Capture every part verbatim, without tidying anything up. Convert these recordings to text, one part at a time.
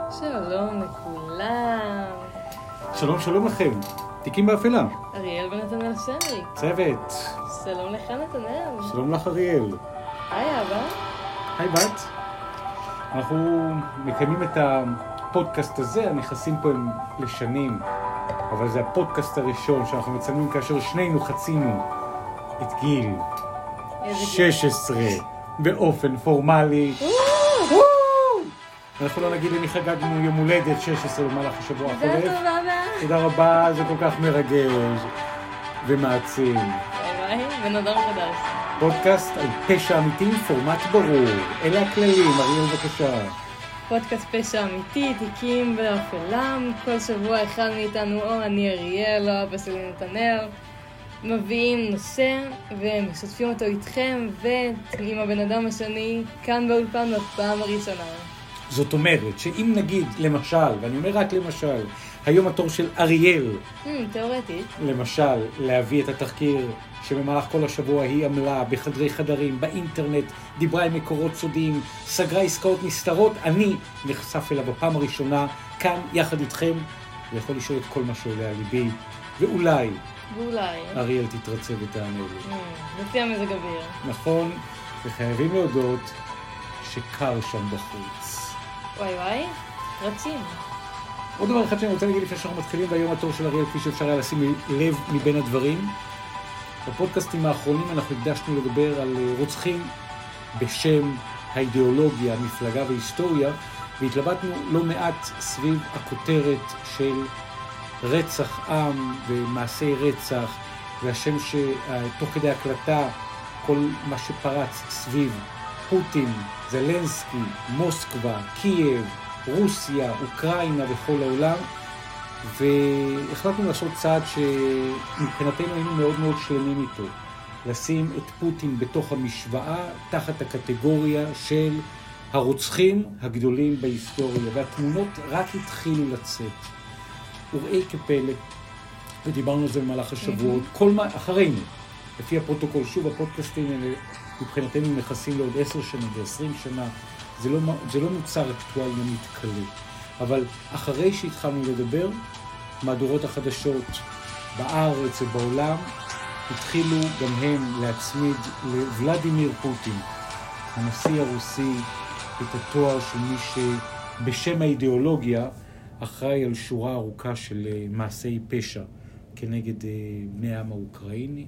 שלום לכולם. שלום שלום לכם, תיקים באפלה. אריאל ונתנאל שרי. צוות. שלום לך נתנאל. שלום לך אריאל. היי אבא. היי בת. אנחנו מקיימים את הפודקאסט הזה, הנכסים פה הם לשנים, אבל זה הפודקאסט הראשון שאנחנו מצלמים כאשר שנינו חצינו את גיל שש עשרה באופן פורמלי. אנחנו לא נגיד למי חגגנו יום הולדת שש עשרה במהלך השבוע החולף. תודה רבה. תודה רבה, זה כל כך מרגש ומעצים. ביי ביי, ונדר חדש. פודקאסט על פשע אמיתי, פורמט ברור. אלה הכללים, אריאל בבקשה. פודקאסט פשע אמיתי, תיקים באפלם. כל שבוע אחד מאיתנו, או אני אריאל, או אבא שלי נתנאל, מביאים נושא ומשתפים אותו איתכם ועם הבן אדם השני כאן באולפן בפעם הראשונה. זאת אומרת שאם נגיד למשל, ואני אומר רק למשל, היום התור של אריאל, Hmm, תיאורטית. למשל, להביא את התחקיר שבמהלך כל השבוע היא עמלה בחדרי חדרים, באינטרנט, דיברה עם מקורות סודיים, סגרה עסקאות נסתרות, אני נחשף אליו בפעם הראשונה, כאן יחד איתכם, ויכול לשאול את כל מה שעולה על ליבי, ואולי, ואולי. אריאל תתרצה ותענה לי. Hmm, לפי המזג אוויר. נכון, וחייבים להודות שקר שם בחוץ. וואי וואי, רצים. עוד דבר אחד שאני רוצה להגיד לפני שאנחנו מתחילים, והיום התור של אריאל, כפי שאפשר היה לשים לב מבין הדברים. בפודקאסטים האחרונים אנחנו הקדשנו לדבר על רוצחים בשם האידיאולוגיה, המפלגה וההיסטוריה, והתלבטנו לא מעט סביב הכותרת של רצח עם ומעשי רצח, והשם שתוך כדי הקלטה, כל מה שפרץ סביב פוטין, זלנסקי, מוסקבה, קייב, רוסיה, אוקראינה וכל העולם, והחלטנו לעשות צעד שמבחינתנו היינו מאוד מאוד שלמים איתו, לשים את פוטין בתוך המשוואה תחת הקטגוריה של הרוצחים הגדולים בהיסטוריה, והתמונות רק התחילו לצאת. וראי כפלא, ודיברנו על זה במהלך השבועות, כל מה אחרינו, לפי הפרוטוקול, שוב הפודקאסטים האלה מבחינתנו נכנסים לעוד עשר שנה ועשרים שנה, זה לא, זה לא מוצר אקטואלי מתקלה. אבל אחרי שהתחלנו לדבר, מהדורות החדשות בארץ ובעולם התחילו גם הם להצמיד לוולדימיר פוטין, הנשיא הרוסי, את התואר של מי שבשם האידיאולוגיה אחראי על שורה ארוכה של מעשי פשע כנגד בני העם האוקראיני,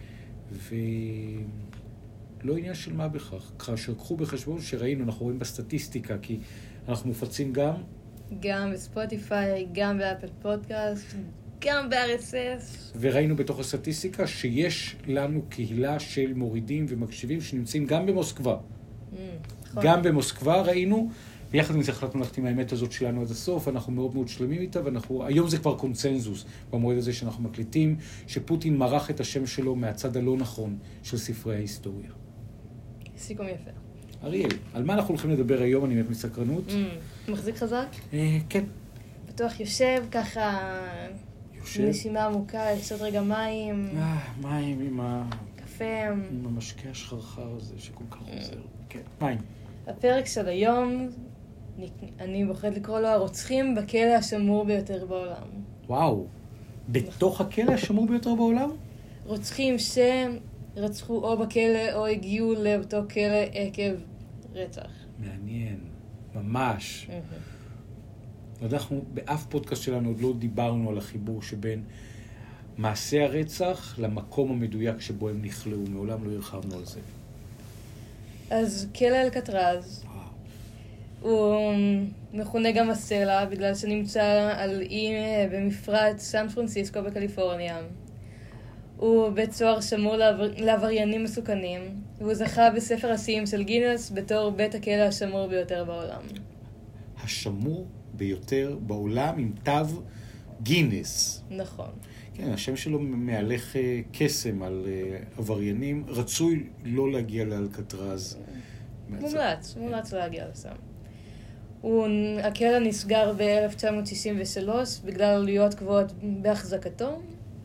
ולא עניין של מה בכך. כאשר קחו בחשבון שראינו, אנחנו רואים בסטטיסטיקה, כי אנחנו מופצים גם גם בספוטיפיי, גם באפל פודקאסט, גם ב-אר אס אס. וראינו בתוך הסטטיסטיקה שיש לנו קהילה של מורידים ומקשיבים שנמצאים גם במוסקבה. Mm, גם במוסקבה ראינו, ויחד עם זה החלטנו ללכת עם האמת הזאת שלנו עד הסוף, אנחנו מאוד מאוד שלמים איתה, ואנחנו, היום זה כבר קונצנזוס במועד הזה שאנחנו מקליטים, שפוטין מרח את השם שלו מהצד הלא נכון של ספרי ההיסטוריה. סיכום יפה. אריאל, על מה אנחנו הולכים לדבר היום? אני מת מסקרנות. Mm, מחזיק חזק? אה, כן. בטוח יושב ככה, יושב. נשימה עמוקה, לשתות רגע מים, אה, מים עם ה... קפה. עם המשקה השחרחר הזה שכל כך עוזר. כן, מים. הפרק של היום, אני- אני בוחרת לקרוא לו הרוצחים בכלא השמור ביותר בעולם. וואו. בתוך הכלא השמור ביותר בעולם? רוצחים שרצחו או בכלא או הגיעו לאותו כלא עקב רצח. מעניין. ממש. אנחנו באף פודקאסט שלנו עוד לא דיברנו על החיבור שבין מעשי הרצח למקום המדויק שבו הם נכלאו. מעולם לא הרחבנו על זה. אז כלא אלקטרז, וואו. הוא מכונה גם הסלע בגלל שנמצא על אי במפרץ סן פרנסיסקו בקליפורניה. הוא בית סוהר שמור לעבר... לעבריינים מסוכנים, והוא זכה בספר השיאים של גינס בתור בית הכלא השמור ביותר בעולם. השמור ביותר בעולם עם תו גינס. נכון. כן, השם שלו מהלך אה, קסם על אה, עבריינים. רצוי לא להגיע לאלקטרז. מומלץ, מומלץ להגיע לשם. הוא, הכלא נסגר ב-אלף תשע מאות שישים ושלוש בגלל עלויות גבוהות בהחזקתו.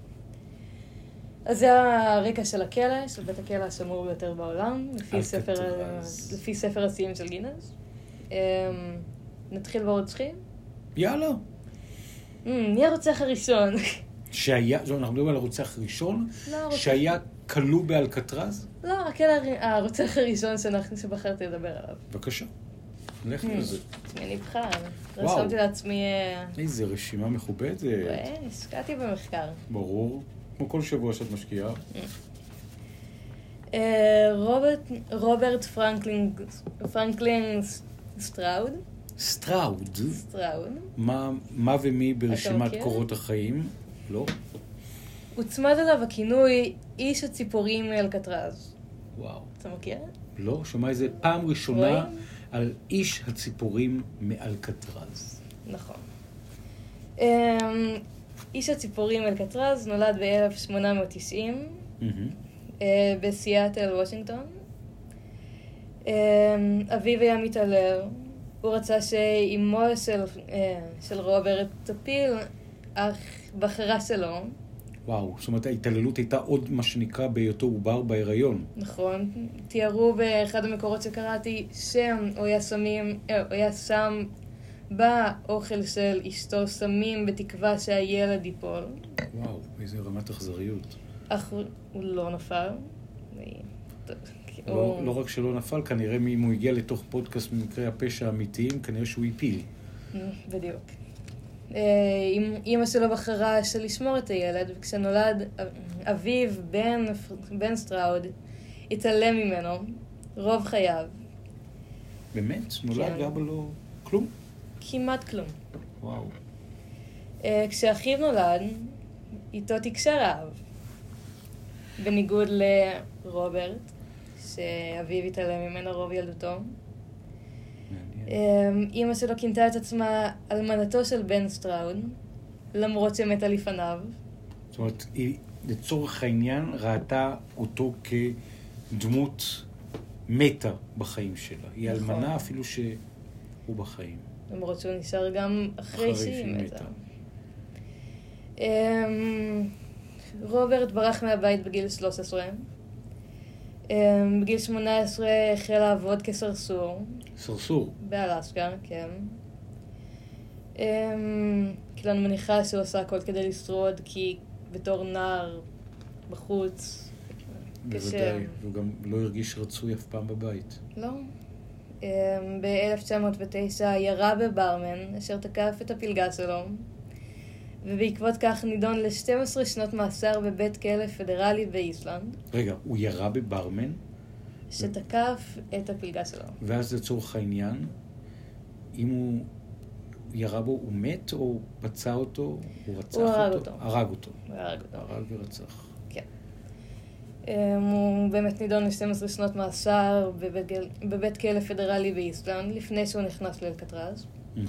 אז זה הרקע של הכלא, של בית הכלא השמור ביותר בעולם, לפי ספר, לפי ספר השיאים של גינס. נתחיל ברוצחים? יאללה. מי הרוצח הראשון? שהיה, זו, אנחנו מדברים על הרוצח הראשון, שהיה כלוא באלקטרז? לא, רק על הרוצח הראשון שבחרתי לדבר עליו. בבקשה, נלך לזה. מי נבחר? רשמתי לעצמי... איזה רשימה מכובדת. השקעתי במחקר. ברור, כמו כל שבוע שאת משקיעה. רוברט פרנקלין סטראוד. סטראוד? סטראוד. מה ומי ברשימת קורות החיים? לא. הוצמד עליו הכינוי איש הציפורים מאלקטרז. וואו. אתה מכיר? לא, שמע איזה פעם ראשונה על איש הציפורים מאלקטרז. נכון. איש הציפורים מאלקטרז נולד ב-אלף שמונה מאות תשעים בסיאטל, וושינגטון. אביו היה מתעלל. הוא רצה שאימו של, של רוברט תפיל, אך בחרה שלו. וואו, זאת אומרת, ההתעללות הייתה עוד מה שנקרא בהיותו עובר בהיריון. נכון. תיארו באחד המקורות שקראתי שהוא היה שמים, הוא היה שם באוכל של אשתו סמים בתקווה שהילד ייפול. וואו, איזה רמת אכזריות. אך הוא, הוא לא נפל. לא, הוא... לא רק שלא נפל, כנראה אם הוא הגיע לתוך פודקאסט ממקרי הפשע האמיתיים, כנראה שהוא הפיל. בדיוק. אמא שלו בחרה של לשמור את הילד, וכשנולד אביו, בן, בן סטראוד, התעלם ממנו רוב חייו. באמת? נולד כן. ואבא לו כלום? כמעט כלום. וואו. כשאחיו נולד, איתו תקשר האב. בניגוד לרוברט, שאביו התעלם ממנו רוב ילדותו. אמא שלו כינתה את עצמה אלמנתו של בן סטראוד, למרות שמתה לפניו. זאת אומרת, היא לצורך העניין ראתה אותו כדמות מתה בחיים שלה. היא אלמנה אפילו שהוא בחיים. למרות שהוא נשאר גם אחרי שהיא מתה. רוברט ברח מהבית בגיל שלוש עשרה. בגיל שמונה עשרה החל לעבוד כסרסור. סרסור? באלסקה, כן. כאילו אני מניחה שהוא עושה הכל כדי לשרוד, כי בתור נער בחוץ. בוודאי, הוא גם לא הרגיש רצוי אף פעם בבית. לא. ב-אלף תשע מאות ותשע ירה בברמן, אשר תקף את הפלגה שלו. ובעקבות כך נידון ל-שתים עשרה שנות מאסר בבית כלא פדרלי באיסלנד. רגע, הוא ירה בברמן? שתקף את הפלגה שלו. ואז לצורך העניין, אם הוא ירה בו, הוא מת או פצע אותו? הוא רצח הוא הרג אותו? אותו. הרג אותו. הוא הרג אותו. הרג ורצח. כן. הוא באמת נידון ל-שתים עשרה שנות מאסר בבית כלא פדרלי באיסלנד, לפני שהוא נכנס לאלקטרז.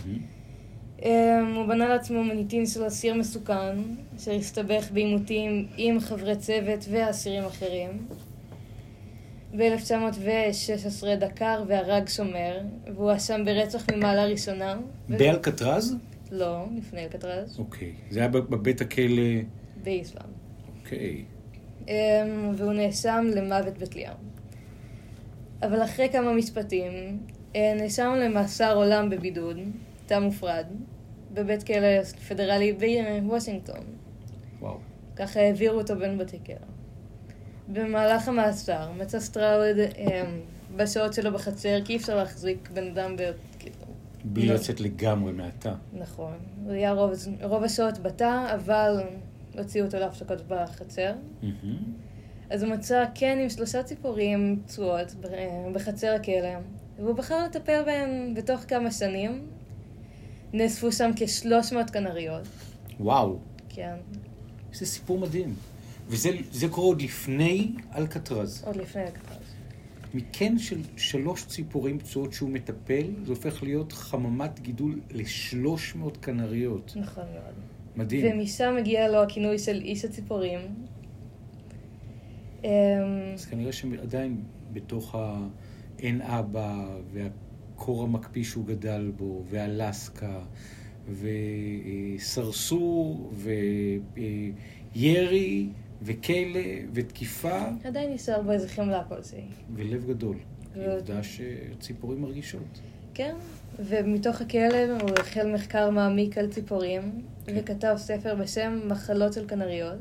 הוא בנה לעצמו מוניטין של אסיר מסוכן, אשר הסתבך בעימותים עם חברי צוות ואסירים אחרים. ב-אלף תשע מאות ושש עשרה דקר והרג שומר, והוא אשם ברצח ממעלה ראשונה. באלקטרז? לא, לפני אלקטרז. אוקיי. זה היה בבית הכלא... באיסלנד. אוקיי. והוא נאשם למוות בתלייה. אבל אחרי כמה משפטים, נאשם למאסר עולם בבידוד, תא מופרד, בבית כלא פדרלי בוושינגטון. וואו. ככה העבירו אותו בין בתי כלא. במהלך המאסר מצא סטראוד בשעות שלו בחצר, כי אי אפשר להחזיק בן אדם בלי לצאת לגמרי מהתא. נכון. הוא היה רוב, רוב השעות בתא, אבל הוציאו אותו להפסקות בחצר. אז הוא מצא כן עם שלושה ציפורים פצועות בחצר הכלא, והוא בחר לטפל בהן. בתוך כמה שנים נאספו שם כ-שלוש מאות קנריות. וואו. כן. זה סיפור מדהים. וזה קורה עוד לפני אלקטרז. עוד לפני אלקטרז. מכן של שלוש ציפורים פצועות שהוא מטפל, זה הופך להיות חממת גידול ל-שלוש מאות קנריות. נכון מאוד. מדהים. ומשם מגיע לו הכינוי של איש הציפורים. אז כנראה שעדיין בתוך האין אבא והקור המקפיא שהוא גדל בו, ואלסקה, וסרסור, וירי, וכלא, ותקיפה. עדיין נשאר בו איזה חמלה כלשהי. ולב גדול. היא עובדה שציפורים מרגישות. כן, ומתוך הכלא הוא החל מחקר מעמיק על ציפורים, וכתב ספר בשם מחלות של כנריות.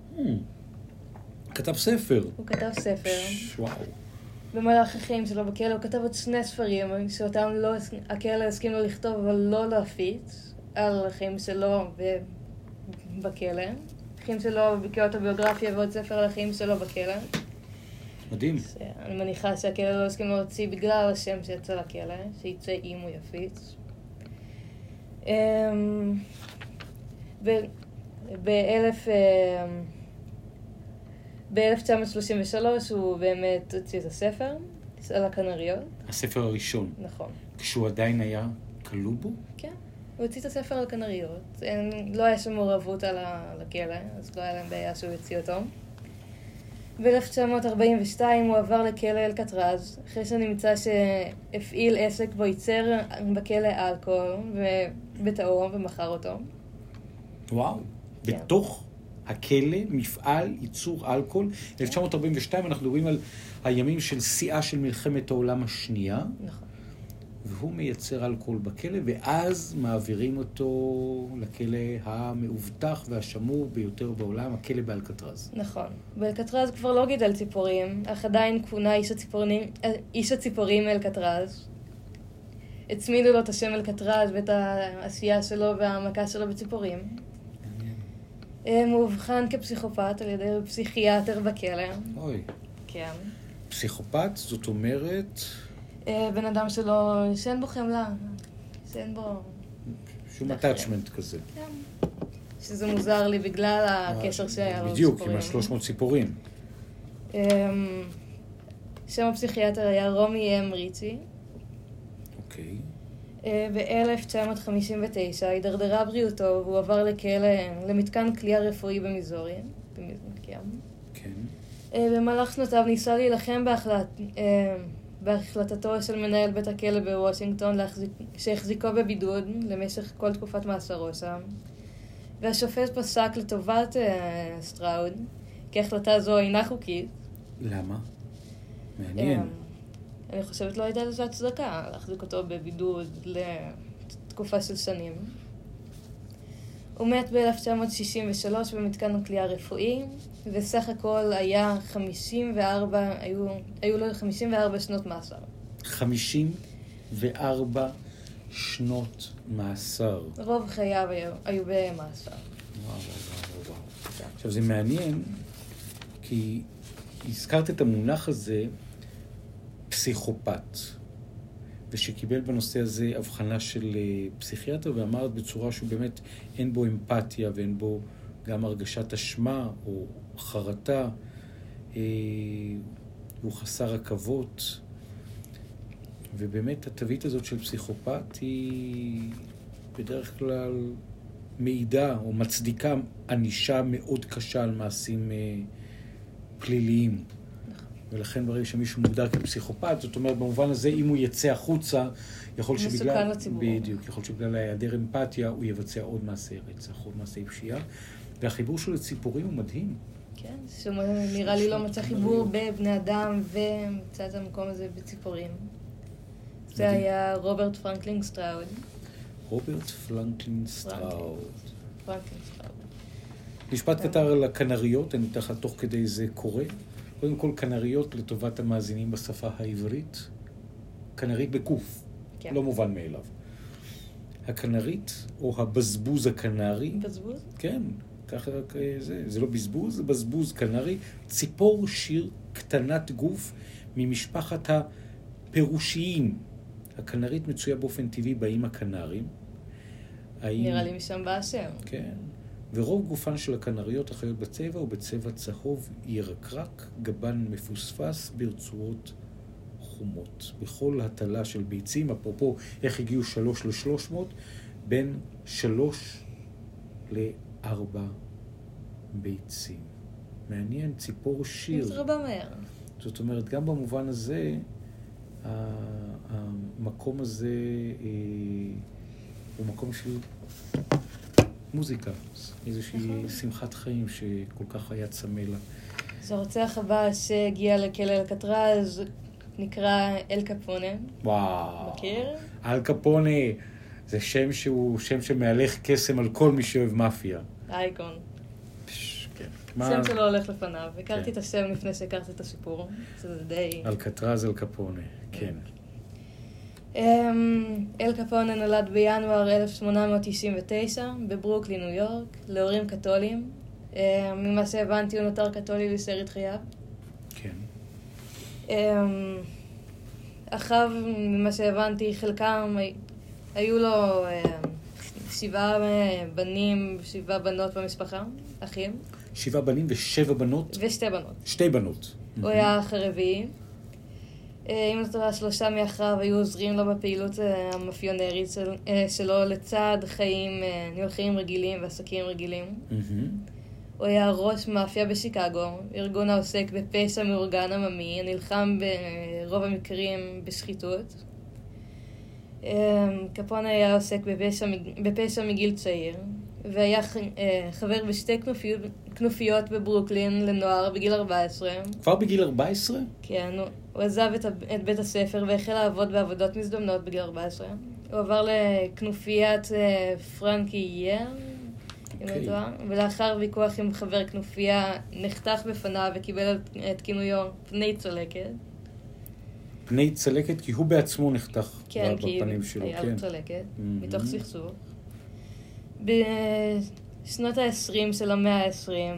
כתב ספר. הוא כתב ספר. וואו. במהלך החיים שלו בכלא הוא כתב עוד שני ספרים, שאותם לא, הכלא הסכים לו לכתוב, אבל לא להפיץ, על החיים שלו בכלא. החיים שלו בקאוטוביוגרפיה ועוד ספר על החיים שלו בכלא. מדהים. אני מניחה שהכלא לא הסכים להוציא בגלל השם שיצא לכלא, שיצא אם הוא יפיץ. באלף... ב-אלף תשע מאות שלושים ושלוש הוא באמת הוציא את הספר על הכנריות. הספר הראשון. נכון. כשהוא עדיין היה כלוא בו? כן. הוא הוציא את הספר על כנריות. אין, לא היה שם מעורבות על הכלא, אז לא היה להם בעיה שהוא יוציא אותו. ב-אלף תשע מאות ארבעים ושתיים הוא עבר לכלא אלקטרז, אחרי שנמצא שהפעיל עסק בו ייצר בכלא אלכוהול ובטעום ומכר אותו. וואו. כן. בתוך הכלא, מפעל, ייצור אלכוהול. אלף תשע מאות ארבעים ושתיים אנחנו מדברים על הימים של שיאה של מלחמת העולם השנייה. נכון. והוא מייצר אלכוהול בכלא, ואז מעבירים אותו לכלא המאובטח והשמור ביותר בעולם, הכלא באלקטרז. נכון. באלקטרז כבר לא גידל ציפורים, אך עדיין כונה איש הציפורים, איש הציפורים אלקטרז. הצמידו לו את השם אלקטרז ואת העשייה שלו והמכה שלו בציפורים. הוא אובחן כפסיכופת על ידי פסיכיאטר בכלא. אוי. כן. פסיכופת, זאת אומרת... בן אדם שלו שאין בו חמלה, שאין בו... שום attachment כזה. כן. שזה מוזר לי בגלל הקשר שהיה לו בדיוק, עם ה-שלוש מאות ציפורים. שם הפסיכיאטר היה רומי אם ריצ'י. אוקיי. ב-אלף תשע מאות חמישים ותשע הידרדרה בריאותו והוא עבר לכלא, למתקן כליאה רפואי במיזורי. כן. במהלך שנותיו ניסה להילחם בהחלט... בהחלטתו של מנהל בית הכלא בוושינגטון שהחזיקו בבידוד למשך כל תקופת מאסרו שם. והשופט פסק לטובת uh, סטראוד, כי החלטה זו אינה חוקית. למה? מעניין. Um, אני חושבת לא הייתה לזה הצדקה להחזיק אותו בבידוד לתקופה של שנים. הוא מת ב-אלף תשע מאות שישים ושלוש במתקן הכליאה הרפואי, וסך הכל היה חמישים וארבע, היו, היו לו חמישים וארבע שנות מאסר. חמישים וארבע שנות מאסר. רוב חייו היו, היו במאסר. וואו, וואו, וואו. עכשיו זה מעניין, כי הזכרת את המונח הזה, פסיכופת, ושקיבל בנושא הזה הבחנה של פסיכיאטר, ואמרת בצורה שהוא באמת אין בו אמפתיה ואין בו גם הרגשת אשמה או חרטה, אה, הוא חסר עכבות, ובאמת התווית הזאת של פסיכופת היא בדרך כלל מעידה או מצדיקה ענישה מאוד קשה על מעשים אה, פליליים. ולכן ברגע שמישהו מוגדר כפסיכופת, זאת אומרת, במובן הזה, אם הוא יצא החוצה, יכול שבגלל... מסוכן לציבור. בדיוק, יכול שבגלל היעדר אמפתיה, הוא יבצע עוד מעשי רצח, עוד מעשי פשיעה. והחיבור שלו לציפורים הוא מדהים. כן, שנראה לי לא מצא חיבור בבני אדם, ומצא את המקום הזה בציפורים. זה היה רוברט פרנקלין סטראוד. רוברט פרנקלין סטראוד. פרנקלין סטראוד. משפט קטר על הכנריות, אני תחת תוך כדי זה קורא. קודם כל, כנריות לטובת המאזינים בשפה העברית. כנרית בקוף, כן. לא מובן מאליו. הכנרית, או הבזבוז הכנרי. בזבוז? כן, ככה זה. זה לא בזבוז, זה בזבוז כנרי. ציפור שיר קטנת גוף ממשפחת הפירושיים. הכנרית מצויה באופן טבעי באים הכנרים. נראה לי משם באשר. כן. ורוב גופן של הכנריות החיות בצבע הוא בצבע צהוב ירקרק, גבן מפוספס ברצועות חומות. בכל הטלה של ביצים, אפרופו איך הגיעו שלוש לשלוש מאות, בין שלוש לארבע ביצים. מעניין, ציפור שיר. מתרבה מהר. זאת אומרת, גם במובן הזה, המקום הזה הוא מקום של מוזיקה, איזושהי שמחת חיים שכל כך היה צמא לה. אז הרוצח הבא שהגיע לכלא אלקטרז נקרא אל קפונה. וואו. מכיר? אל קפונה זה שם שהוא שם שמהלך קסם על כל מי שאוהב מאפיה. אייקון. כן. שם שלא הולך לפניו. הכרתי את השם לפני שהכרתי את הסיפור. זה די... אלקטרז אל קפונה, כן. אל קפונה נולד בינואר אלף שמונה מאות תשעים ותשע בברוקלין, ניו יורק, להורים קתולים. ממה שהבנתי הוא נותר קתולי לשארית חייו. כן. אחיו, ממה שהבנתי, חלקם היו לו שבעה בנים, שבעה בנות במשפחה, אחים. שבעה בנים ושבע בנות? ושתי בנות. שתי בנות. הוא היה אח הרביעי. אם נותרה שלושה מאחיו היו עוזרים לו בפעילות המאפיונרית של, שלו לצד חיים, ניהול חיים רגילים ועסקים רגילים. הוא היה ראש מאפיה בשיקגו, ארגון העוסק בפשע מאורגן עממי, הנלחם ברוב המקרים בשחיתות. קפונה היה עוסק בפשע, בפשע מגיל צעיר, והיה חבר בשתי כנופיות, כנופיות בברוקלין לנוער בגיל ארבע עשרה. כבר בגיל ארבע עשרה? כן, הוא, הוא עזב את, את בית הספר והחל לעבוד בעבודות מזדמנות בגיל ארבע עשרה. הוא עבר לכנופיית פרנקי יר, Okay. ולאחר ויכוח עם חבר כנופיה נחתך בפניו וקיבל את כינויו פני צלקת. פני צלקת כי הוא בעצמו נחתך כן, בפנים שלו. היה כן, היה צלקת, mm-hmm. מתוך סכסוך. בשנות ה-עשרים של המאה ה-עשרים,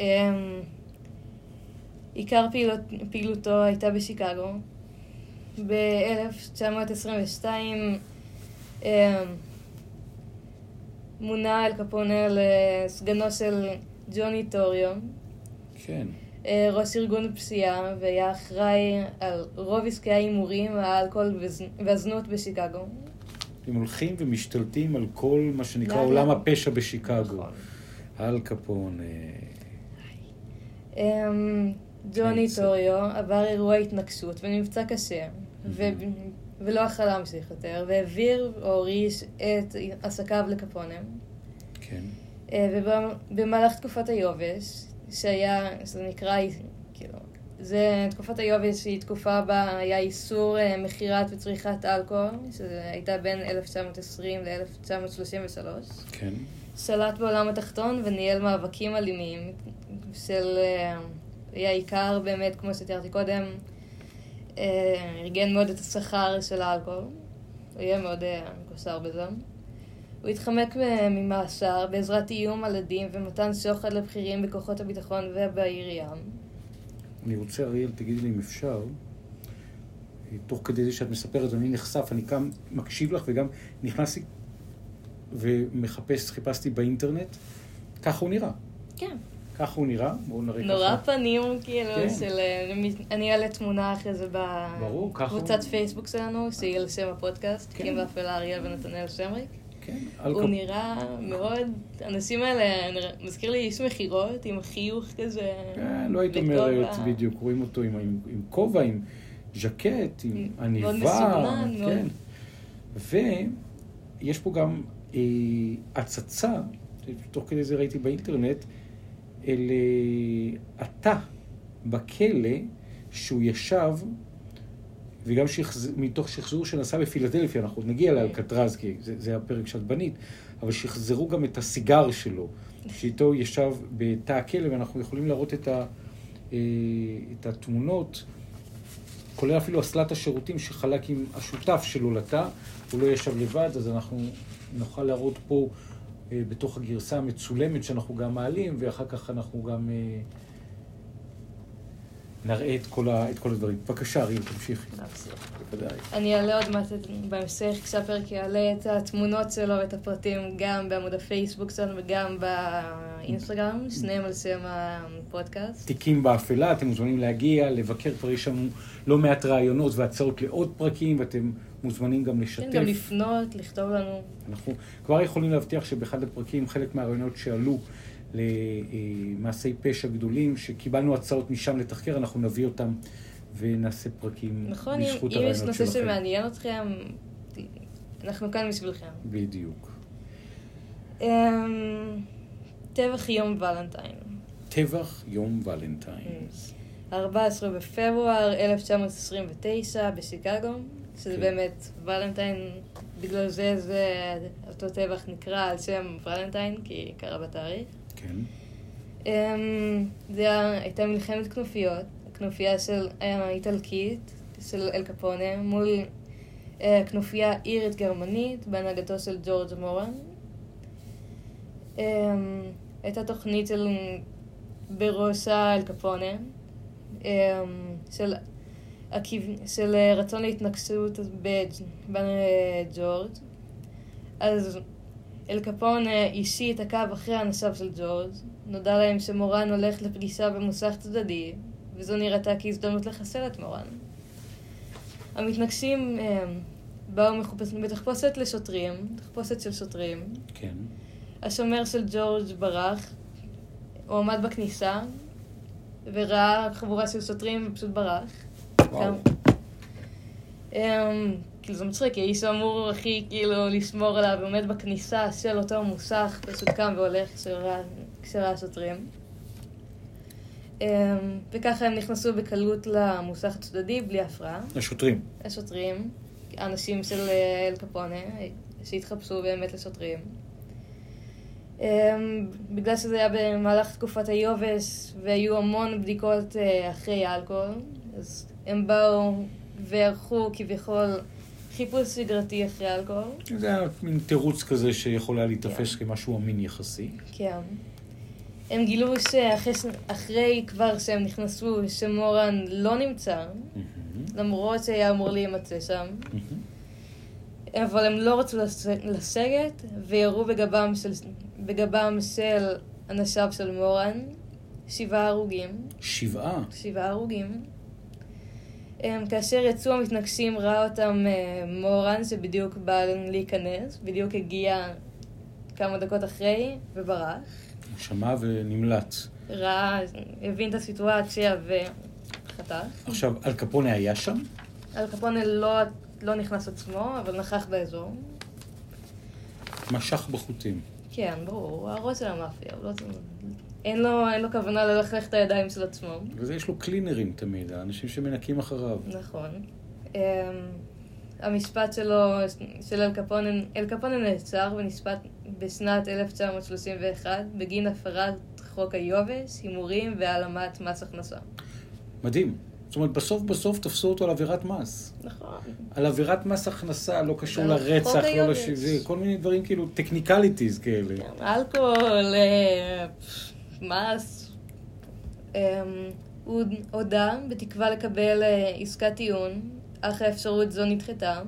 עיקר פעילות, פעילותו הייתה בשיקגו. ב-אלף תשע מאות עשרים ושתיים מונה אל קפונה לסגנו של ג'וני טוריו, כן. ראש ארגון פשיעה, והיה אחראי על רוב עסקי ההימורים, האלכוהול והזנות בשיקגו. הם הולכים ומשתלטים על כל מה שנקרא עולם הפשע בשיקגו. נכון. אל קפונה. ג'וני טוריו עבר אירוע התנקשות ונפצע קשה, ולא אכל להמשיך יותר, והעביר או הוריש את עסקיו לקפונה. כן. ובמהלך תקופת היובש, שהיה, שזה נקרא, כאילו, זה תקופת היובש היא תקופה בה היה איסור מחירת וצריכת אלכוהול, שהייתה בין אלף תשע מאות עשרים ל-אלף תשע מאות שלושים ושלוש. כן. שלט בעולם התחתון וניהל מאבקים אלימים של, היה עיקר באמת, כמו שתיארתי קודם, ארגן מאוד את השכר של האלכוהול. הוא יהיה מאוד מקוסר בזה. הוא התחמק ממאסר בעזרת איום על עדים ומתן שוחד לבכירים בכוחות הביטחון ובעירייה. אני רוצה, אריאל, תגידי לי אם אפשר, תוך כדי זה שאת מספרת, אני נחשף, אני גם מקשיב לך וגם נכנסתי ומחפש, חיפשתי באינטרנט, ככה הוא נראה. כן. ככה הוא נראה, בואו נראה ככה. נורא פנים, כאילו, כן. של... אני אעלה תמונה אחרי זה בקבוצת פייסבוק שלנו, שהיא על שם הפודקאסט, כן. קים ואפלה אריאל ונתנאל שמריק. כן. הוא נראה מאוד... האנשים האלה, מזכיר לי איש מחירות, עם חיוך כזה... כן, לא היית אומרת בדיוק, רואים אותו עם, עם, עם כובע, עם ז'קט, עם עניבה. מאוד מסוגנן, מאוד. כן. ויש פה גם אה, הצצה, תוך כדי זה ראיתי באינטרנט, אל אתה בכלא שהוא ישב, וגם שחז... מתוך שחזור שנסע בפילדלפיה, אנחנו נגיע לאלקטרז, כי זה, זה הפרק שאת בנית, אבל שחזרו גם את הסיגר שלו, שאיתו ישב בתא הכלא, ואנחנו יכולים להראות את, ה... את התמונות, כולל אפילו אסלת השירותים שחלק עם השותף שלו לתא, הוא לא ישב לבד, אז אנחנו נוכל להראות פה בתוך הגרסה המצולמת שאנחנו גם מעלים, ואחר כך אנחנו גם אה, נראה את כל, ה, את כל הדברים. בבקשה, אריאל, תמשיכי. בוודאי. אני אעלה עוד מעט בהמשך, כשהפרק יעלה את התמונות שלו ואת הפרטים גם בעמוד הפייסבוק שלנו וגם באינסטגרם, שניהם על שם הפודקאסט. תיקים באפלה, אתם מוזמנים להגיע, לבקר, כבר יש לנו לא מעט רעיונות והצעות לעוד פרקים, ואתם מוזמנים גם לשתף. כן, גם לפנות, לכתוב לנו. אנחנו כבר יכולים להבטיח שבאחד הפרקים, חלק מהרעיונות שעלו למעשי פשע גדולים, שקיבלנו הצעות משם לתחקר, אנחנו נביא אותם ונעשה פרקים נכון, בזכות אם הרעיונות יש שלכם. נושא שמעניין אתכם, אנחנו כאן בשבילכם. בדיוק. טבח יום ולנטיין. טבח יום ולנטיין. ארבעה עשר בפברואר אלף תשע מאות עשרים ותשע בשיקגו, שזה כן. באמת ולנטיין, בגלל זה זה אותו טבח נקרא על שם ולנטיין, כי קרה בתאריך. כן. זה היה, הייתה מלחמת כנופיות, כנופיה של האיטלקית, של אל קפונה, מול כנופיה אירית גרמנית בהנהגתו של ג'ורג' מורן. הייתה תוכנית של בראשה אל קפונה, של, של רצון להתנקשות בג'ורג'. אז אל קפונה אישית עקב אחרי אנשיו של ג'ורג'. נודע להם שמורן הולך לפגישה במוסך צדדי, וזו נראתה כהזדמנות לחסל את מורן. המתנגשים באו בתחפושת לשוטרים, תחפושת של שוטרים. כן. השומר של ג'ורג' ברח, הוא עמד בכניסה, וראה חבורה של שוטרים ופשוט ברח. וואו. כאילו זה מצחיק, כי האיש אמור הכי כאילו לשמור עליו, ועומד בכניסה של אותו מוסך, פשוט קם והולך כשראה שוטרים. וככה הם נכנסו בקלות למוסך הצדדי בלי הפרעה. השוטרים. השוטרים, האנשים של אל קפונה, שהתחפשו באמת לשוטרים. בגלל שזה היה במהלך תקופת היובש, והיו המון בדיקות אחרי האלכוהול, אז הם באו וערכו כביכול חיפוש שגרתי אחרי אלכוהול. זה היה מין תירוץ כזה שיכול היה להתאפס כמשהו אמין יחסי. כן. הם גילו שאחרי כבר שהם נכנסו, שמורן לא נמצא, למרות שהיה אמור להימצא שם. אבל הם לא רצו לסגת, וירו בגבם של, בגבם של אנשיו של מורן, שבעה הרוגים. שבעה? שבעה הרוגים. כאשר יצאו המתנגשים, ראה אותם מורן, שבדיוק בא להיכנס, בדיוק הגיע כמה דקות אחרי, וברח. שמע ונמלץ. ראה, הבין את הסיטואציה וחתך. עכשיו, אל קפונה היה שם? אל קפונה לא, לא נכנס עצמו, אבל נכח באזור. משך בחוטים. כן, ברור, הוא הראש של המאפיה. לא, אין, לו, אין לו כוונה ללכלך את הידיים של עצמו. וזה יש לו קלינרים תמיד, האנשים שמנקים אחריו. נכון. Um, המשפט שלו, של אל קפונה, אל קפונה נעצר ונשפט בשנת אלף תשע מאות שלושים ואחת בגין הפרת חוק היובש, הימורים והעלמת מס הכנסה. מדהים. זאת אומרת, בסוף בסוף תפסו אותו על עבירת מס. נכון. על עבירת מס הכנסה, לא קשור לרצח, לא לשבזי, כל מיני דברים כאילו, טכניקליטיז כאלה. אלכוהול, מס. הוא הודע בתקווה לקבל עסקת טיעון, אך האפשרות זו נדחתה.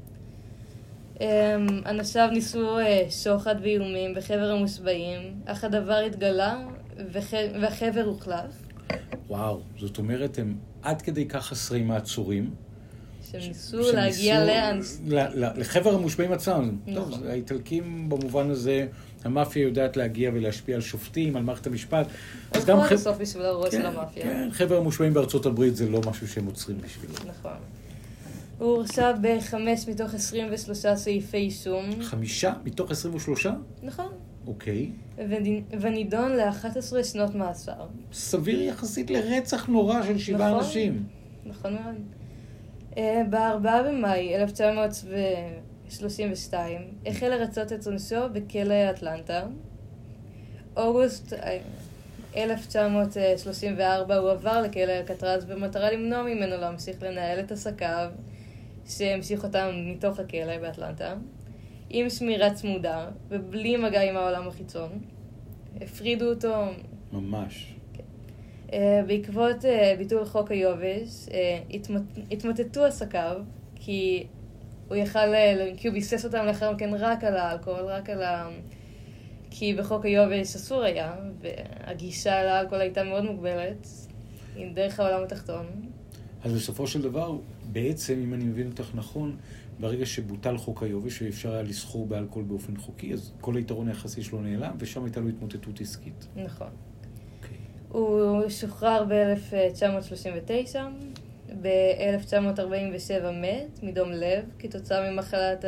אנשיו ניסו שוחד ואיומים בחבר המושבעים, אך הדבר התגלה והחבר הוחלף. וואו, זאת אומרת, הם עד כדי כך חסרי מעצורים. שניסו להגיע לאנס. לחבר המושבעים עצמם. טוב, האיטלקים במובן הזה, המאפיה יודעת להגיע ולהשפיע על שופטים, על מערכת המשפט. אז גם בסוף בשביל הראש של המאפיה. כן, חבר המושבעים בארצות הברית זה לא משהו שהם עוצרים בשבילו. נכון. הוא הורשע בחמש מתוך עשרים ושלושה סעיפי אישום. חמישה מתוך עשרים ושלושה? נכון. אוקיי. ונידון ל-אחת עשרה שנות מאסר. סביר יחסית לרצח נורא של שבעה נכון, אנשים. נכון מאוד. ב-ארבעה במאי אלף תשע מאות שלושים ושתיים החל לרצות את עונשו בכלא אטלנטה. אוגוסט אלף תשע מאות שלושים וארבע הוא עבר לכלא אלקטרז במטרה למנוע ממנו להמשיך לנהל את עסקיו שהמשיך אותם מתוך הכלא באטלנטה, עם שמירה צמודה ובלי מגע עם העולם החיצון. הפרידו אותו ממש. בעקבות ביטול חוק היובש התמוטטו עסקיו, כי הוא יכל, כי הוא ביסס אותם לאחר מכן רק על האלכוהול, רק על ה... כי בחוק היובש אסור היה, והגישה לאלכוהול הייתה מאוד מוגבלת, עם דרך העולם התחתון. אז בסופו של דבר, בעצם, אם אני מבין אותך נכון, ברגע שבוטל חוק היובש ואפשר היה לסחור באלכוהול באופן חוקי, אז כל היתרון היחסי שלו נעלם, ושם הייתה לו התמוטטות עסקית. נכון. הוא שוחרר ב-אלף תשע מאות שלושים ותשע, ב-אלף תשע מאות ארבעים ושבע מת מדום לב, כתוצאה ממחלת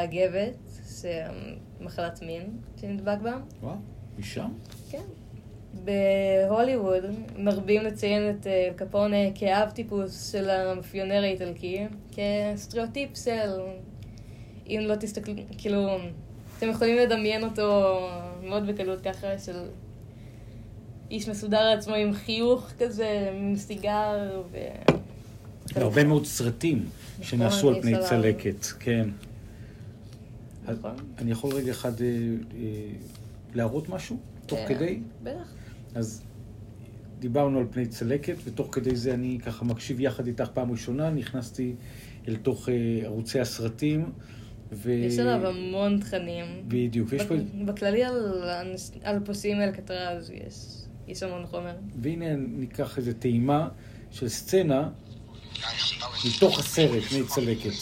האגבת, מחלת מין שנדבק בה. וואו, משם? כן. בהוליווד מרבים לציין את אל קפונה כאב טיפוס של המאפיונר האיטלקי, כסטריאוטיפ של, אם לא תסתכלו, כאילו, אתם יכולים לדמיין אותו מאוד בקלות ככה, של איש מסודר לעצמו עם חיוך כזה, עם סיגר ו... הרבה מאוד סרטים שנעשו על פני צלקת, כן. נכון. אני יכול רגע אחד להראות משהו? תוך כדי? בטח. אז דיברנו על פני צלקת, ותוך כדי זה אני ככה מקשיב יחד איתך פעם ראשונה, נכנסתי אל תוך ערוצי הסרטים. ו... יש עליו המון תכנים. בדיוק. בק... פה... בכללי על, על פוסים אלקטרז יש, יש המון חומר. והנה ניקח איזו טעימה של סצנה מתוך הסרט, פני צלקת.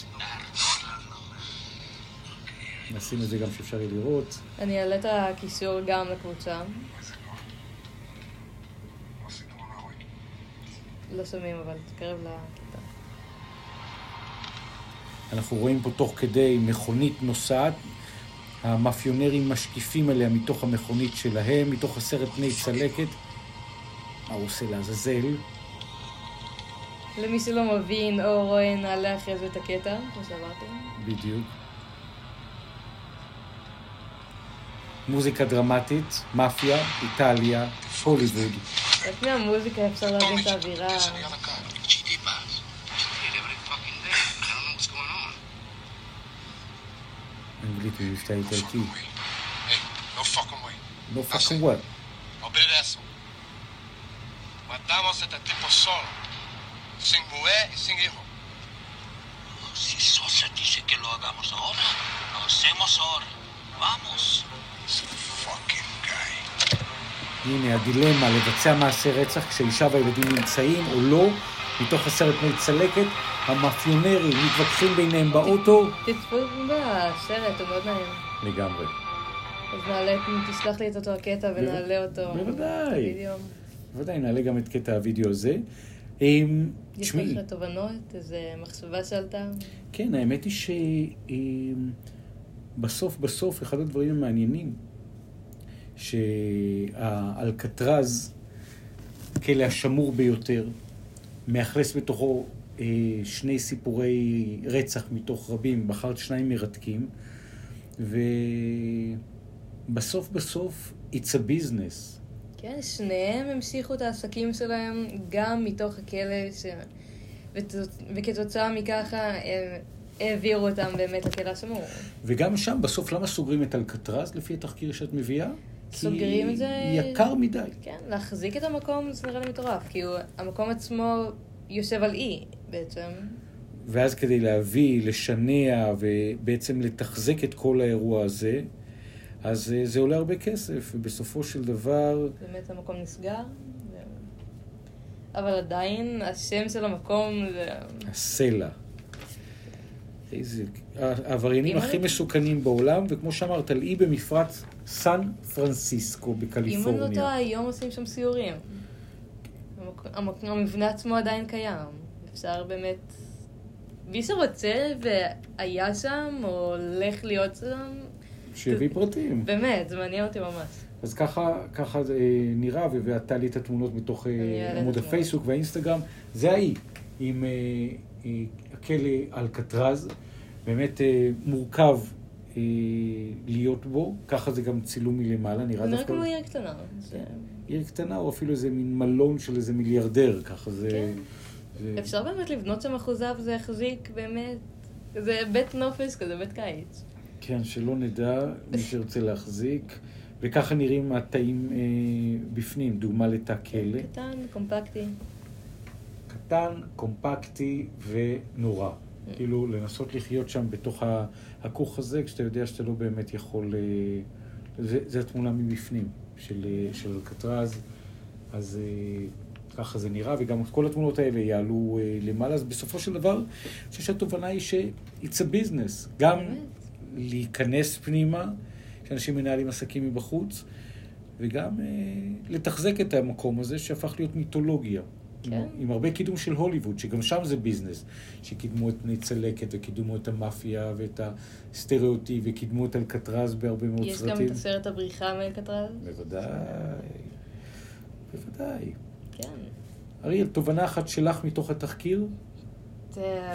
נשים את זה גם שאפשר לראות. אני אעלה את הקישור גם לקבוצה. לא שומעים, אבל תקרב לכיתה. אנחנו רואים פה תוך כדי מכונית נוסעת. המאפיונרים משקיפים עליה מתוך המכונית שלהם, מתוך הסרט פני צלקת. מה הוא עושה לעזאזל? למי שלא מבין או רואה, נעלה אחרי זה את הקטע, כמו שאמרתי. בדיוק. מוזיקה דרמטית, מאפיה, איטליה, הוליווד. רק מהמוזיקה אפשר להבין את האווירה. אנגלית מבטא איטלקי. No fucking way. No fucking what? Obedeço. Matamos este tipo solo. Sin mujer y sin hijo. Si Sosa dice que lo hagamos ahora, lo hacemos ahora. Vamos. Fucking guy. הנה הדילמה לבצע מעשה רצח כשאישה והילדים נמצאים או לא, מתוך הסרט פני צלקת, המאפיונרים מתווכחים ביניהם באוטו. תצפו בסרט, הוא מאוד מעניין. לגמרי. אז נעלה, תשלח לי את אותו הקטע ונעלה אותו. בוודאי. בוודאי, נעלה גם את קטע הוידאו הזה. יש לך תובנות, איזה מחשבה שעלתה? כן, האמת היא שבסוף בסוף אחד הדברים המעניינים שהאלקטרז, כלא השמור ביותר, מאכלס בתוכו שני סיפורי רצח מתוך רבים, בחרת שניים מרתקים, ובסוף בסוף it's a business. כן, שניהם המשיכו את העסקים שלהם גם מתוך הכלא, ש... וכתוצאה מככה הם העבירו אותם באמת לכלא השמור. וגם שם בסוף למה סוגרים את אלקטרז לפי התחקיר שאת מביאה? סוגרים את זה... יקר מדי. כן, להחזיק את המקום זה נראה לי מטורף, כי הוא, המקום עצמו יושב על אי בעצם. ואז כדי להביא, לשנע ובעצם לתחזק את כל האירוע הזה, אז זה עולה הרבה כסף, ובסופו של דבר... באמת המקום נסגר, ו... אבל עדיין השם של המקום זה... הסלע. איזה... העבריינים הכי מסוכנים בעולם, וכמו שאמרת, על אי במפרץ סן פרנסיסקו בקליפורניה. אם אני לא טועה, היום עושים שם סיורים. המק... המבנה עצמו עדיין קיים. אפשר באמת... מי שרוצה והיה שם, או הולך להיות שם... שיביא פרטים. באמת, זה מעניין אותי ממש. אז ככה, ככה זה נראה, ואתה לי את התמונות בתוך עמוד הפייסבוק והאינסטגרם. זה האי, עם הכלא אלקטרז. באמת מורכב להיות בו, ככה זה גם צילום מלמעלה, נראה דווקא... נראה כמו עיר קטנה. עיר קטנה, או אפילו איזה מין מלון של איזה מיליארדר, ככה זה... כן. אפשר באמת לבנות שם אחוזיו, זה יחזיק באמת... זה בית נופש כזה, בית קיץ. כן, שלא נדע מי שרוצה להחזיק, וככה נראים התאים אה, בפנים, דוגמה לתא כלא. קטן, קומפקטי. קטן, קומפקטי ונורא. Mm. כאילו, לנסות לחיות שם בתוך הכוך הזה, כשאתה יודע שאתה לא באמת יכול... אה, זה, זה התמונה מבפנים של, אה, של אלקטרז, אז אה, ככה זה נראה, וגם כל התמונות האלה יעלו אה, למעלה, אז בסופו של דבר, אני חושב שהתובנה היא ש-it's a business. גם... להיכנס פנימה, שאנשים מנהלים עסקים מבחוץ, וגם אה, לתחזק את המקום הזה שהפך להיות מיתולוגיה. כן. עם, עם הרבה קידום של הוליווד, שגם שם זה ביזנס, שקידמו את פני צלקת, וקידמו את המאפיה, ואת הסטריאוטיפ, וקידמו את אלקטרז בהרבה מאוד יש סרטים. יש גם את הסרט הבריחה מאלקטרז? בוודאי. בוודאי. כן. אריאל, תובנה אחת שלך מתוך התחקיר? זה...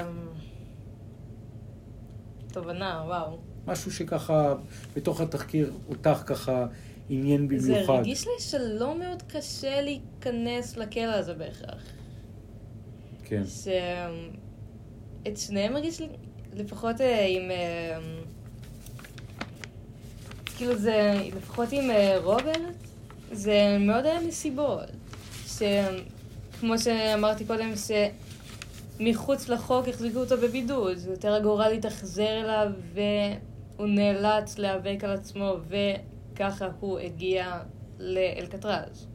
תובנה, וואו. משהו שככה, בתוך התחקיר, אותך ככה עניין במיוחד. זה הרגיש לי שלא מאוד קשה להיכנס לכלא הזה בהכרח. כן. שאת שניהם הרגיש לי, לפחות עם... כאילו זה, לפחות עם רוברט, זה מאוד היה מסיבות. שכמו שאמרתי קודם, שמחוץ לחוק החזיקו אותו בבידוד. זה יותר הגורל להתאכזר אליו, והוא נאלץ להיאבק על עצמו, וככה הוא הגיע לאלקטרז.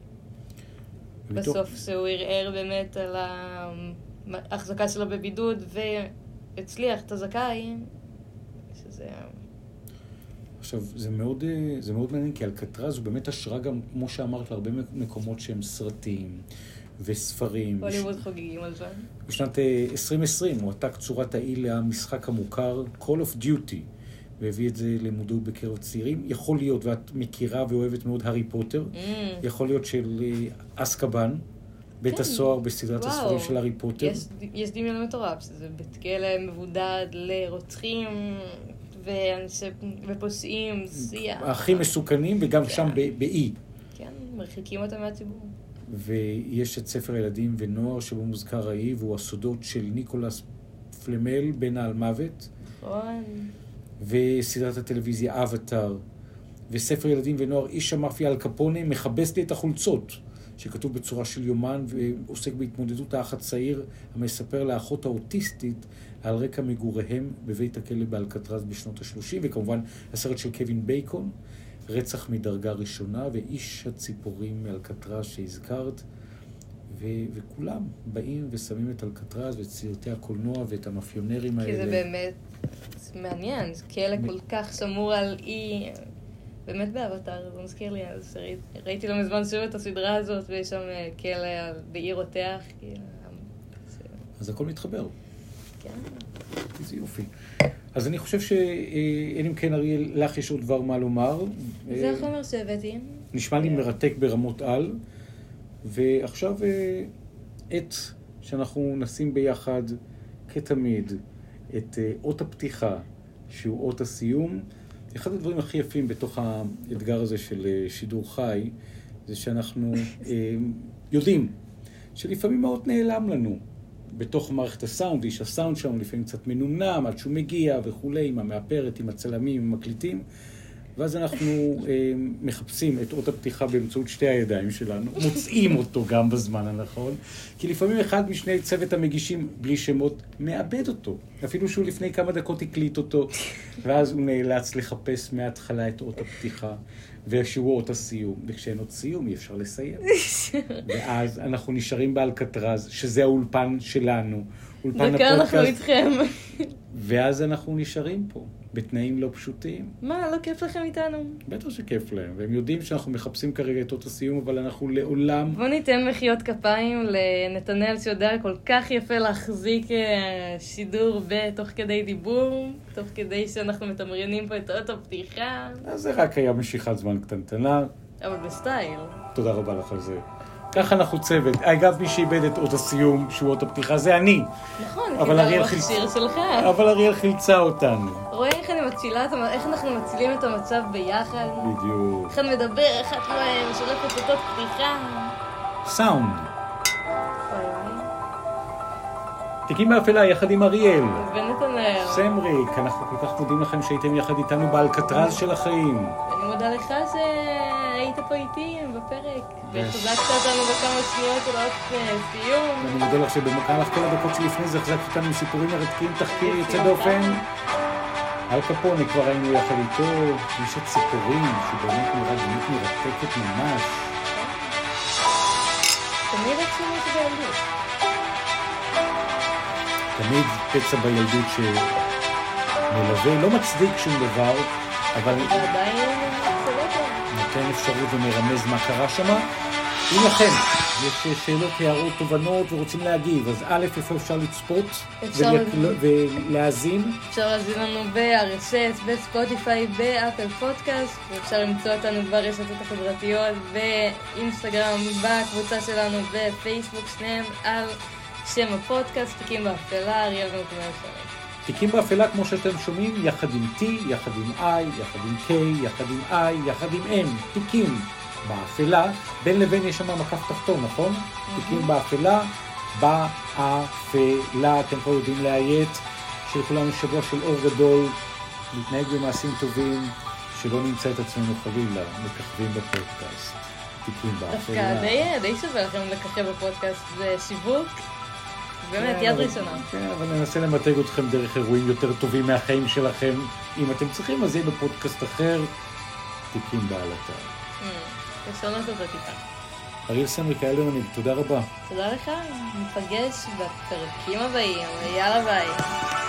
בסוף שהוא ערער באמת על ההחזקה שלו בבידוד, והצליח את הזכאי, שזה... עכשיו, זה מאוד, זה מאוד מעניין, כי אלקטרז הוא באמת השראה גם, כמו שאמרת, להרבה מקומות שהם סרטים וספרים. הוליווד בש... חוגגים על זה. בשנת עשרים עשרים הוא עתק צורת העיל למשחק המוכר Call of Duty, והביא את זה למודעות בקרב צעירים. יכול להיות, ואת מכירה ואוהבת מאוד הארי פוטר, mm. יכול להיות של אסקבן, בית כן. הסוהר בסדרת וואו. הספרים של הארי פוטר. יש, יש דמיון מטורף, שזה בית כלא מבודד לרוצחים... ואנשי, ופוסעים, שיח. הכי מסוכנים, וגם כן. שם באי. כן, מרחיקים אותם מהציבור. ויש את ספר ילדים ונוער שבו מוזכר האי, והוא הסודות של ניקולס פלמל, בן העל מוות. נכון. וסדרת הטלוויזיה אבטר. וספר ילדים ונוער, איש המאפיה אל קפונה, מכבס לי את החולצות, שכתוב בצורה של יומן, ועוסק בהתמודדות האח הצעיר, המספר לאחות האוטיסטית, על רקע מגוריהם בבית הכלא באלקטרז בשנות ה-שלושים, וכמובן הסרט של קווין בייקון, רצח מדרגה ראשונה, ואיש הציפורים מאלקטרז שהזכרת, ו- וכולם באים ושמים את אלקטרז ואת סרטי הקולנוע ואת המאפיונרים האלה. כי זה באמת זה מעניין, זה כלא מ- כל כך שמור על אי, באמת באבטר, זה מזכיר לי, אז ראיתי, ראיתי לא מזמן שוב את הסדרה הזאת, ויש שם כלא בעיר רותח, כאילו... אז הכל מתחבר. כן. איזה יופי. אז אני חושב שאין אם כן, אריאל, לך יש עוד דבר מה לומר. זה החומר שהבאתי. נשמע לי מרתק ברמות על. ועכשיו עת שאנחנו נשים ביחד, כתמיד, את אות הפתיחה, שהוא אות הסיום. אחד הדברים הכי יפים בתוך האתגר הזה של שידור חי, זה שאנחנו יודעים שלפעמים האות נעלם לנו. בתוך מערכת הסאונד, איש הסאונד שם לפעמים קצת מנומנם, עד שהוא מגיע וכולי, עם המאפרת, עם הצלמים, עם המקליטים, ואז אנחנו אה, מחפשים את אות הפתיחה באמצעות שתי הידיים שלנו, מוצאים אותו גם בזמן הנכון, כי לפעמים אחד משני צוות המגישים, בלי שמות, מאבד אותו. אפילו שהוא לפני כמה דקות הקליט אותו, ואז הוא נאלץ לחפש מההתחלה את אות הפתיחה, ושהוא אות הסיום. וכשאין אות סיום, אי אפשר לסיים. ואז אנחנו נשארים באלקטרז, שזה האולפן שלנו. אולפן דקה אנחנו איתכם. ואז אנחנו נשארים פה, בתנאים לא פשוטים. מה, לא כיף לכם איתנו? בטח שכיף להם, והם יודעים שאנחנו מחפשים כרגע את אות הסיום, אבל אנחנו לעולם... בוא ניתן מחיאות כפיים לנתנאל שיודע כל כך יפה להחזיק שידור בתוך כדי דיבור, תוך כדי שאנחנו מתמרנים פה את אות הפתיחה. אז זה רק היה משיכת זמן קטנטנה. אבל בסטייל. תודה רבה לך על זה. ככה אנחנו צוות. אגב, מי שאיבד את אות הסיום, שהוא אות הפתיחה, זה אני. נכון, כי זה המכשיר שלך. אבל אריאל חילצה אותנו. רואה איך אני מצילה, איך אנחנו מצילים את המצב ביחד? בדיוק. איך אני מדבר, איך את לא שולפת את אות פתיחה? סאונד. תיקים באפלה יחד עם אריאל. ונתנאל. סמריק, אנחנו כל כך מודים לכם שהייתם יחד איתנו באלקטרז של החיים. אני מודה לך שהיית פה איתי בפרק. וחזקת אותנו בכמה שניות של עוד סיום. ואני מודה לך שבמקרה לך כל הדקות שלפני זה חזקת אותנו עם סיפורים מרתקים, תחקיר יוצא דופן. אל קפונה כבר היינו יחד איתו, יש את סיפורים שבאמת נראה דמות מרתקת ממש. תמיד עצמו את בילדות. תמיד פצע בילדות שמלווה, לא מצדיק שום דבר, אבל... ועדיין... נותן אפשרות ומרמז מה קרה שמה. אם לכם יש שאלות, הערות, תובנות ורוצים להגיב, אז א', איפה אפשר לצפות אפשר... ול... ולהאזין? אפשר להזין לנו ב-אר אס אס, בספוטיפיי, באפל פודקאסט, ואפשר למצוא אותנו ברשתות החברתיות, באינסטגרם, בקבוצה שלנו, בפייסבוק, שניהם על שם הפודקאסט, תיקים באפלה, אריאל ומקומי אפשרי. תיקים באפלה, כמו שאתם שומעים, יחד עם T, יחד עם I, יחד עם K, יחד עם I, יחד עם M, תיקים באפלה, בין לבין יש שם מקף תחתון, נכון? Mm-hmm. תיקים באפלה, באפלה, אתם פה יודעים להיית, שלכולנו שבוע של אור גדול, להתנהג במעשים טובים, שלא נמצא את עצמנו חלילה, מככבים בפודקאסט, תיקים באפלה. דווקא די, די שווה לכם לככב בפודקאסט, זה שיווק. באמת, יד ראשונה. כן, אבל ננסה למתג אתכם דרך אירועים יותר טובים מהחיים שלכם. אם אתם צריכים, אז יהיה בפודקאסט אחר, תיקים בעלתה. תשונות אותו טיפה. אריאל סמריק, היה לנו, תודה רבה. תודה לך, ניפגש בפרקים הבאים. יאללה ביי.